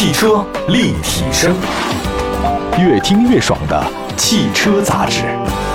汽车立体声，越听越爽的汽车杂志。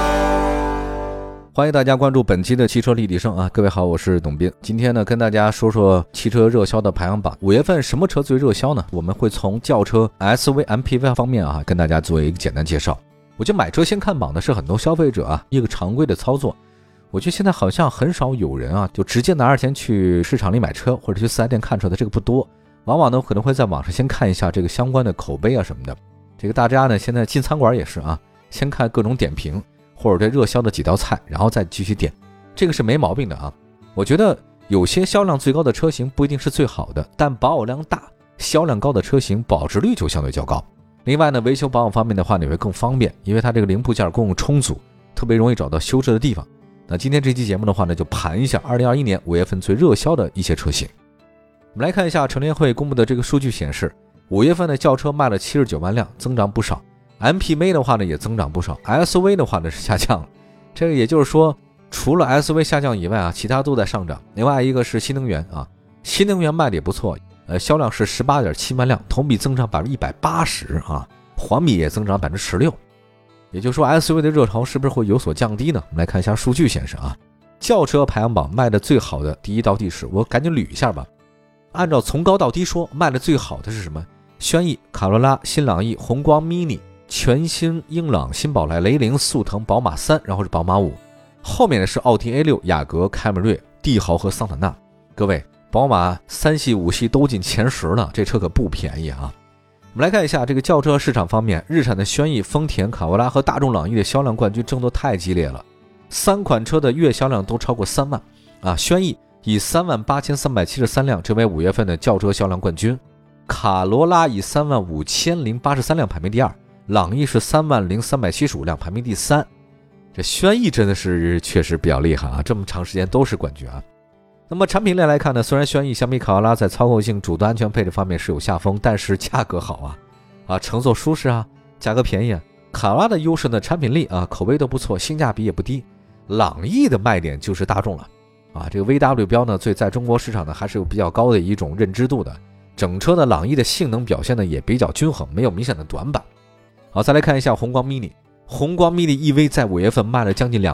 欢迎大家关注本期的汽车立体声啊！各位好，我是董斌。今天呢，跟大家说说汽车热销的排行榜。5月份什么车最热销呢？我们会从轿车、SUV、MPV 方面跟大家做一个简单介绍。我觉得买车先看榜的是很多消费者一个常规的操作。我觉得现在好像很少有人就直接拿着钱去市场里买车，或者去4S店看车的，这个不多。往往呢可能会在网上先看一下这个相关的口碑什么的。这个大家呢现在进餐馆也是先看各种点评，或者这热销的几道菜，然后再继续点，这个是没毛病的我觉得有些销量最高的车型不一定是最好的，但保有量大、销量高的车型保值率就相对较高。另外呢，维修保养方面的话也会更方便，因为它这个零部件供应充足，特别容易找到修饰的地方。那今天这期节目的话呢，就盘一下2021年5月份最热销的一些车型。我们来看一下乘联会公布的这个数据显示，5月份的轿车卖了79万辆，增长不少。MPV 的话呢也增长不少， SUV 的话呢是下降了。这个也就是说，除了 SUV 下降以外其他都在上涨。另外一个是新能源新能源卖的也不错，销量是 18.7 万辆，同比增长 180%环比也增长 16%。也就是说 SUV 的热潮是不是会有所降低呢？我们来看一下数据显示轿车排行榜卖的最好的第一到第10，我赶紧捋一下吧。按照从高到低说，卖的最好的是什么？轩逸、卡罗拉、新朗逸、宏光 mini、全新英朗、新宝来、雷凌、速腾、宝马3，然后是宝马5。后面的是奥迪 A6、雅阁、凯美瑞、帝豪和桑塔纳。各位，宝马3系5系都进前10了，这车可不便宜我们来看一下这个轿车市场方面，日产的轩逸、丰田、卡罗拉和大众朗逸的销量冠军争夺太激烈了，3款车的月销量都超过3万轩逸以38373辆成为5月份的轿车销量冠军，卡罗拉以35083辆排名第2，朗逸是30375辆排名第3。这轩逸真的是确实比较厉害这么长时间都是冠军那么产品链来看呢，虽然轩逸相比卡罗拉在操控性、主动安全配置方面是有下风，但是价格好乘坐舒适价格便宜卡罗拉的优势呢，产品力口碑都不错，性价比也不低。朗逸的卖点就是大众了这个 VW 标呢，在中国市场呢还是有比较高的一种认知度的。整车的朗逸的性能表现呢也比较均衡，没有明显的短板。好，再来看一下宏光 mini。宏光 mini EV 在5月份卖了将近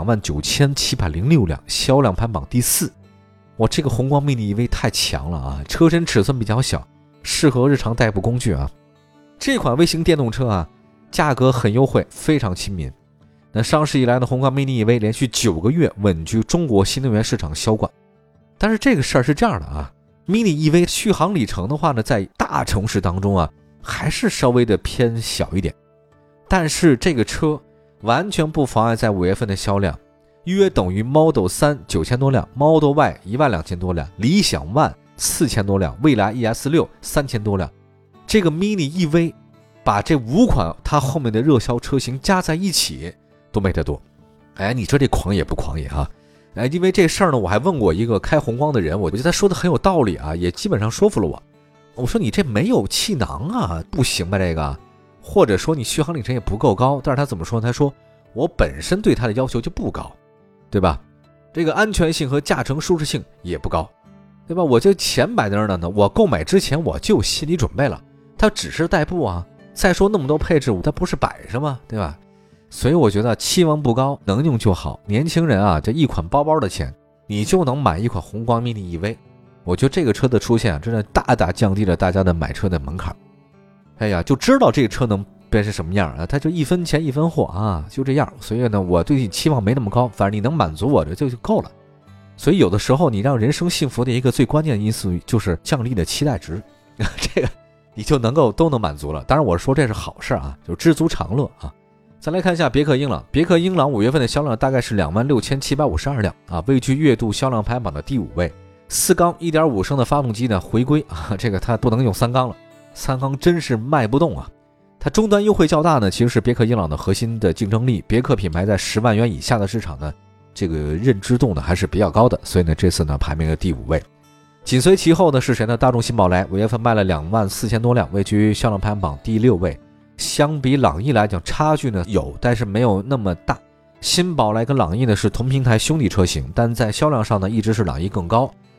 29706辆，销量排榜第4。这个宏光 mini EV 太强了车身尺寸比较小，适合日常代步工具这款微型电动车价格很优惠，非常亲民。那上市以来的宏光 mini EV 连续9个月稳居中国新能源市场销冠。但是这个事儿是这样的mini EV 续航里程的话呢，在大城市当中还是稍微的偏小一点。但是这个车完全不妨碍在5月份的销量，约等于 Model 3 9000多辆， Model Y 12000多辆，理想 ONE 4000多辆，蔚来 ES6 3000多辆。这个 mini EV 把这5款它后面的热销车型加在一起都没得多。你说这狂野不狂野因为这事儿呢，我还问过一个开宏光的人，我觉得他说的很有道理也基本上说服了我。我说你这没有气囊不行吧这个，或者说你续航里程也不够高。但是他怎么说？他说我本身对它的要求就不高，对吧？这个安全性和驾乘舒适性也不高，对吧？我就钱摆在那儿呢，我购买之前我就心理准备了，它只是代步再说那么多配置，它不是摆设吗？对吧？所以我觉得期望不高，能用就好。年轻人这一款包包的钱，你就能买一款宏光 mini EV。我觉得这个车的出现真的大大降低了大家的买车的门槛。就知道这个车能变成什么样它就1分钱1分货就这样。所以呢，我对你期望没那么高，反正你能满足我这就够了。所以有的时候你让人生幸福的一个最关键的因素就是降低的期待值这个你就都能满足了。当然我说这是好事就知足常乐再来看一下别克英朗。别克英朗5月份的销量大概是26752辆位居月度销量排行榜的第5位。4缸 1.5 升的发动机呢回归这个它不能用3缸了，3缸真是卖不动它终端优惠较大呢，其实是别克英朗的核心的竞争力。别克品牌在10万元以下的市场呢，这个认知度呢还是比较高的，所以呢这次呢排名了第5位。紧随其后的是谁呢？大众新宝来5月份卖了24000多辆，位居销量排行榜第6位。相比朗逸来讲，差距呢有，但是没有那么大。新宝来跟朗逸呢是同平台兄弟车型，但在销量上呢一直是朗逸更高。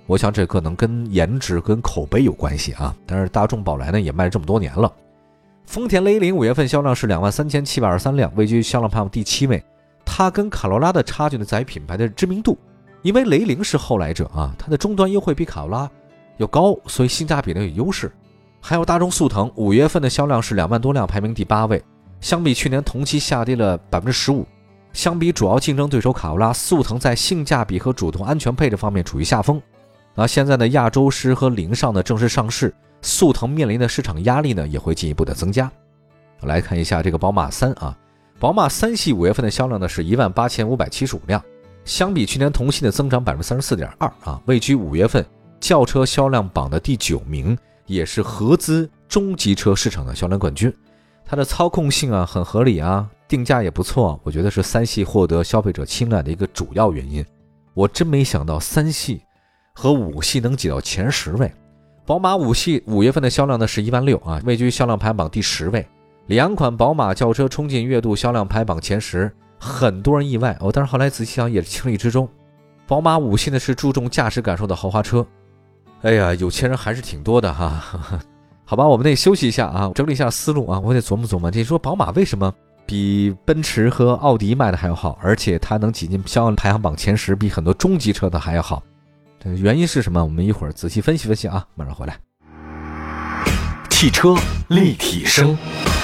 我想这可能跟颜值跟口碑有关系啊。但是大众宝来呢也卖了这么多年了。丰田雷凌5月份销量是23723辆，位居销量排行第7位。它跟卡罗拉的差距呢在于品牌的知名度，因为雷凌是后来者啊，它的终端优惠比卡罗拉要高，所以性价比呢有优势。还有大众速腾5月份的销量是2万多辆，排名第8位，相比去年同期下跌了 15%。相比主要竞争对手卡罗拉，速腾在性价比和主动安全配置方面处于下风。现在的亚洲狮和凌尚的正式上市，速腾面临的市场压力呢也会进一步的增加。来看一下这个宝马3啊，宝马3系5月份的销量呢是18575辆，相比去年同期的增长 34.2% 啊，位居5月份轿车销量榜的第9名，也是合资中级车市场的销量冠军。它的操控性啊很合理啊，定价也不错，我觉得是3系获得消费者青睐的一个主要原因。我真没想到3系和5系能挤到前10位。宝马5系5月份的销量呢是1万6啊，位居销量排行榜第10位。两款宝马轿车冲进月度销量排榜前10，很多人意外但是后来仔细想也是情理之中。宝马5系呢是注重驾驶感受的豪华车，哎呀，有钱人还是挺多的哈。好吧，我们得休息一下啊，整理一下思路啊，我得琢磨琢磨。你说宝马为什么比奔驰和奥迪卖的还要好，而且它能挤进销量排行榜前10，比很多中级车的还要好？这原因是什么？我们一会儿仔细分析分析啊，马上回来。 汽车立体声。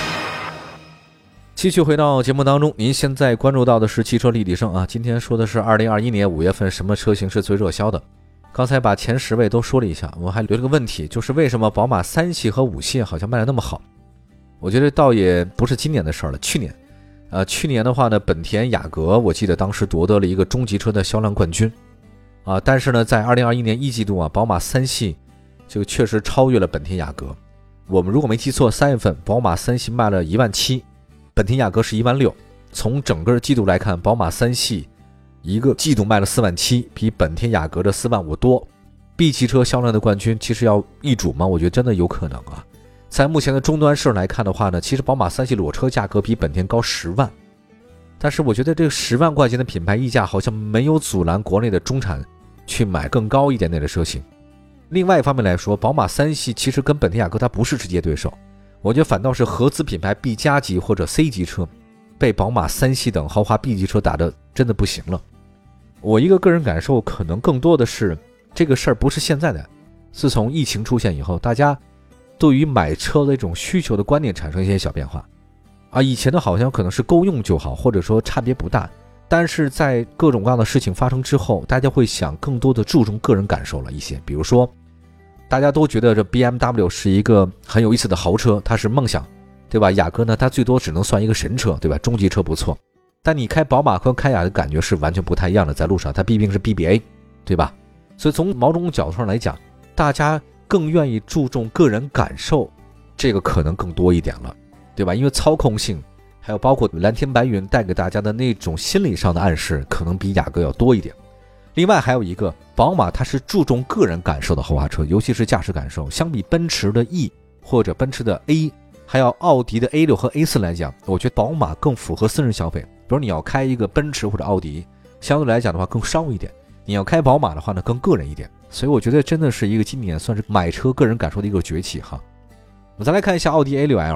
继续回到节目当中，您现在关注到的是汽车立体声啊。今天说的是2021年5月份什么车型是最热销的。刚才把前10位都说了一下，我还留了个问题，就是为什么宝马3系和5系好像卖得那么好？我觉得倒也不是今年的事了，去年的话呢，本田雅阁我记得当时夺得了一个中级车的销量冠军啊，但是呢，在2021年1季度啊，宝马3系就确实超越了本田雅阁。我们如果没记错，3月份宝马3系卖了17000，本田雅阁是1万6。从整个季度来看，宝马3系一个季度卖了4万7，比本田雅阁的4万5多。B 级车销量的冠军其实要易主吗？我觉得真的有可能啊。在目前的终端市来看的话呢，其实宝马3系裸车价格比本田高10万，但是我觉得这个10万块钱的品牌溢价好像没有阻拦国内的中产去买更高一点点的车型。另外一方面来说，宝马3系其实跟本田雅阁它不是直接对手，我觉得反倒是合资品牌 B 加级或者 C 级车被宝马3系等豪华 B 级车打得真的不行了。我一个个人感受可能更多的是这个事儿不是现在的，自从疫情出现以后，大家对于买车的一种需求的观念产生一些小变化啊，以前的好像可能是够用就好，或者说差别不大，但是在各种各样的事情发生之后，大家会想更多的注重个人感受了一些。比如说大家都觉得这 BMW 是一个很有意思的豪车，它是梦想，对吧？雅阁呢，它最多只能算一个神车，对吧？中级车不错，但你开宝马和开雅的感觉是完全不太一样的，在路上它毕竟是 BBA， 对吧？所以从某种角度上来讲，大家更愿意注重个人感受，这个可能更多一点了，对吧？因为操控性还有包括蓝天白云带给大家的那种心理上的暗示可能比雅阁要多一点。另外还有一个，宝马它是注重个人感受的豪华车，尤其是驾驶感受，相比奔驰的 E 或者奔驰的 A 还有奥迪的 A6 和 A4 来讲，我觉得宝马更符合私人消费。比如你要开一个奔驰或者奥迪，相对来讲的话更商务一点，你要开宝马的话呢更个人一点。所以我觉得真的是一个今年算是买车个人感受的一个崛起哈。我们再来看一下奥迪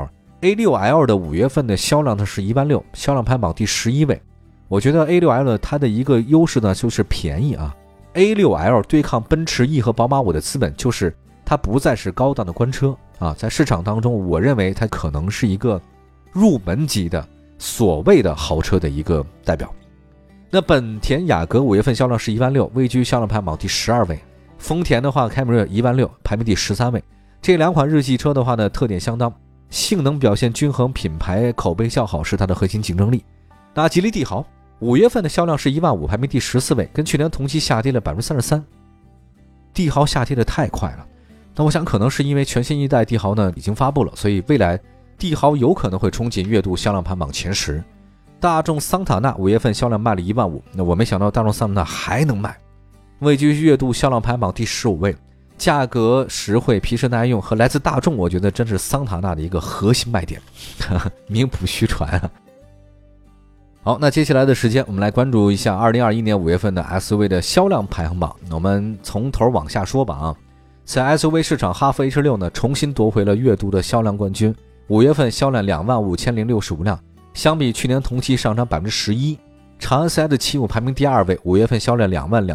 A6L，A6L 的5月份的销量呢是1万6，销量排榜第11位。我觉得 A6L 它的一个优势呢就是便宜啊。A6L 对抗奔驰 E 和宝马5的资本就是它不再是高档的官车啊，在市场当中我认为它可能是一个入门级的所谓的豪车的一个代表。那本田雅阁5月份销量是1万6，位居销量排行榜第12位。丰田的话，凯美瑞1万6，排名第13位。这两款日系车的话呢，特点相当，性能表现均衡，品牌口碑较好是它的核心竞争力。那吉利帝豪5月份的销量是1万5，排名第14位，跟去年同期下跌了 33%。帝豪下跌的太快了，那我想可能是因为全新一代帝豪呢已经发布了，所以未来帝豪有可能会冲进月度销量排行榜前10。大众桑塔纳5月份销量卖了1万5，那我没想到大众桑塔纳还能卖，位居月度销量排行榜第15位。价格实惠，皮实耐用，和来自大众，我觉得真是桑塔纳的一个核心卖点，名不虚传啊。 好，那接下来的时间我们来关注一下2021年5月份的 SUV 的销量排行榜。我们从头往下说吧啊。在 SUV 市场，哈弗 H6 呢重新夺回了月度的销量冠军，5月份销量25065辆，相比去年同期上涨11%。长安 CS75 排名第2位，5月份销量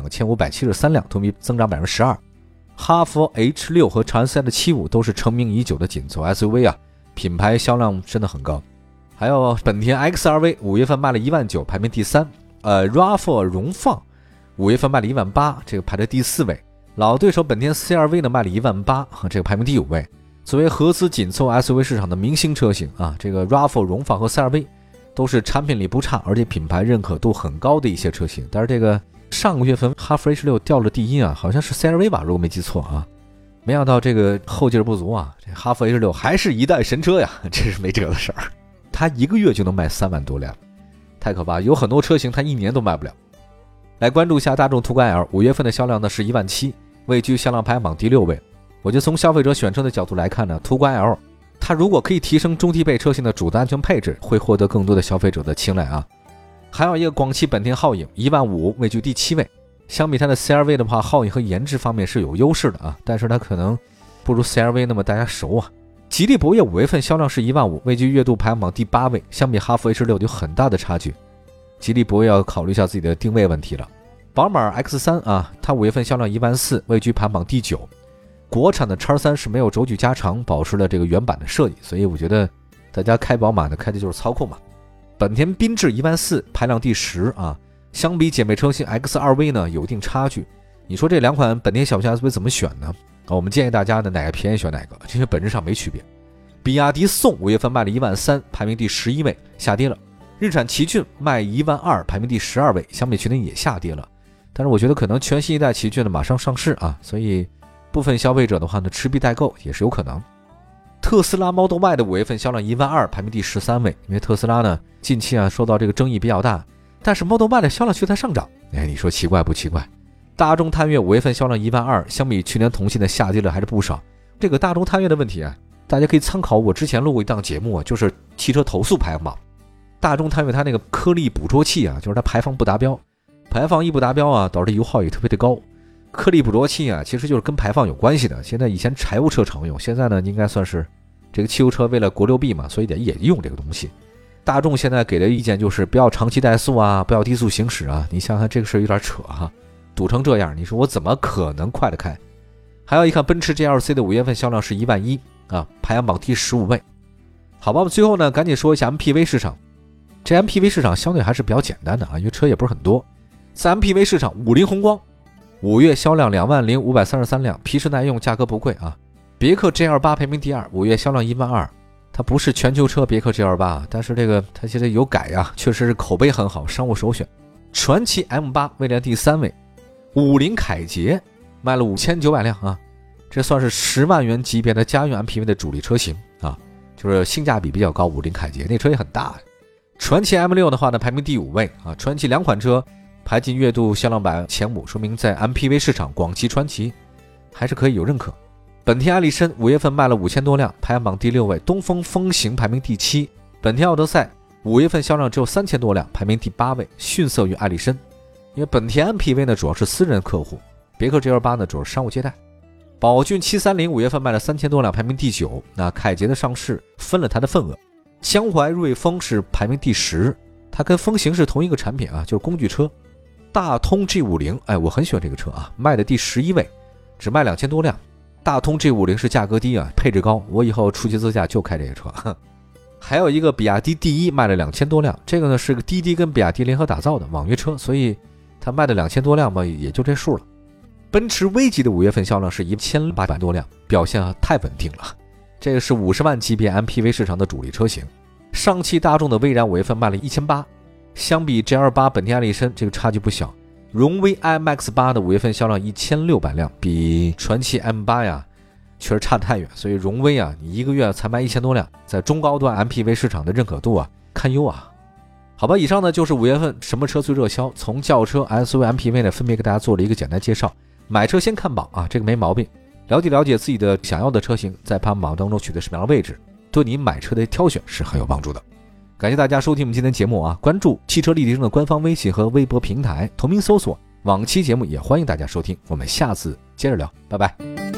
22573辆，同比增长12%。哈弗 H6 和长安 CS75 都是成名已久的紧凑 SUV 啊，品牌销量真的很高。还有本田 XRV 5月份卖了19000，排名第3。RAV4 荣放5月份卖了18000，这个排在第4位。老对手本田 CR-V 呢卖了18000，这个排名第5位。作为合资紧凑 SUV 市场的明星车型啊，这个 RAV4 荣放和 CR-V 都是产品力不差，而且品牌认可度很高的一些车型。但是这个上个月份哈弗 H6 掉了第1啊，好像是 CR-V 吧，如果没记错啊。没想到这个后劲不足啊，这哈弗 H6 还是一代神车呀，这是没辙的事儿。它1个月就能卖3万多辆，太可怕，有很多车型它1年都卖不了。来关注一下大众途观 L， 5月份的销量呢是17000，位居销量排行榜第6位。我觉得从消费者选车的角度来看呢，途观 L 它如果可以提升中低配车型的主的安全配置，会获得更多的消费者的青睐啊。还有一个广汽本田皓影15000，位居第7位。相比它的 CR-V 的话，皓影和颜值方面是有优势的啊，但是它可能不如 CR-V 那么大家熟啊。吉利博越5月份销量是15000，位居月度排行榜第8位，相比哈弗 H6 有很大的差距。吉利博越要考虑一下自己的定位问题了。宝马 X3 啊，它5月份销量14000，位居排行榜第9。国产的 X3 是没有轴距加长，保持了这个原版的设计，所以我觉得大家开宝马呢，开的就是操控嘛。本田缤智14000，排量第10啊，相比姐妹车型 X2V 呢有一定差距。你说这两款本田小型 SUV 怎么选呢？我们建议大家呢哪个便宜选哪个，这些本质上没区别。比亚迪宋5月份卖了13000，排名第11位，下跌了。日产奇骏卖12000，排名第12位，相比去年也下跌了。但是我觉得可能全新一代奇骏呢马上上市啊，所以部分消费者的话呢持币待购也是有可能。特斯拉 Model Y 的5月份销量12000，排名第13位，因为特斯拉呢近期啊受到这个争议比较大，但是 Model Y 的销量却在上涨，你说奇怪不奇怪？大众探岳5月份销量12000，相比去年同期呢下跌了还是不少。这个大众探岳的问题啊，大家可以参考我之前录过一档节目啊，就是汽车投诉排行榜。大众探岳它那个颗粒捕捉器啊，就是它排放不达标，排放一不达标啊，导致油耗也特别的高。颗粒捕捉器啊，其实就是跟排放有关系的。现在以前柴油车常用，现在呢应该算是这个汽油车为了国六 B 嘛，所以也用这个东西。大众现在给的意见就是不要长期怠速啊，不要低速行驶啊。你想想这个事有点扯哈，堵成这样，你说我怎么可能快得开？还有一看奔驰 GLC 的5月份销量是11000啊，排行榜第15位。好吧，我们最后呢赶紧说一下 MPV 市场。这 MPV 市场相对还是比较简单的啊，因为车也不是很多。在 MPV 市场，五菱宏光5月销量20533辆，皮实耐用，价格不贵啊。别克 GL8 排名第2，5月销量12000。它不是全球车别克 GL8， 但是这个它现在有改啊，确实是口碑很好，商务首选。传祺 M8 位列第3位。五菱凯捷卖了5900辆啊，这算是10万元级别的家用 MPV 的主力车型啊，就是性价比比较高。五菱凯捷那车也很大。传祺 M6 的话呢，排名第5位啊。传祺两款车排进月度销量榜前5，说明在 MPV 市场，广汽传祺还是可以有认可。本田艾力绅5月份卖了5000多辆，排行榜第6位。东风风行排名第7。本田奥德赛5月份销量只有3000多辆，排名第8位，逊色于艾力绅。因为本田 MPV 呢主要是私人客户，别克 GL8 呢主要是商务接待。宝骏730 5月份卖了3000多辆，排名第9。那凯捷的上市分了它的份额。江淮瑞风是排名第10，它跟风行是同一个产品啊，就是工具车。大通 G50， 我很喜欢这个车啊，卖的第11位，只卖2000多辆。大通 G50 是价格低啊，配置高，我以后出去自驾就开这个车。还有一个比亚迪D1卖了2000多辆，这个呢是个滴滴跟比亚迪联合打造的网约车，所以它卖的2000多辆吧，也就这数了。奔驰 V 级的5月份销量是1800多辆，表现太稳定了。这个是50万级别 MPV 市场的主力车型。上汽大众的威然5月份卖了1800，相比 GL8 本田艾力绅这个差距不小。荣威 IMX8 的5月份销量1600辆，比传祺 M8 呀确实差得太远，所以荣威啊，你1个月才卖1000多辆，在中高端 MPV 市场的认可度啊堪忧啊。好吧，以上呢就是5月份什么车最热销，从轿车 SUV MPV 呢分别给大家做了一个简单介绍。买车先看榜啊，这个没毛病，了解自己的想要的车型在排行榜当中取得什么样的位置，对你买车的挑选是很有帮助的。 感谢大家收听我们今天节目啊！关注汽车立体声的官方微信和微博平台，同名搜索往期节目，也欢迎大家收听。我们下次接着聊，拜拜。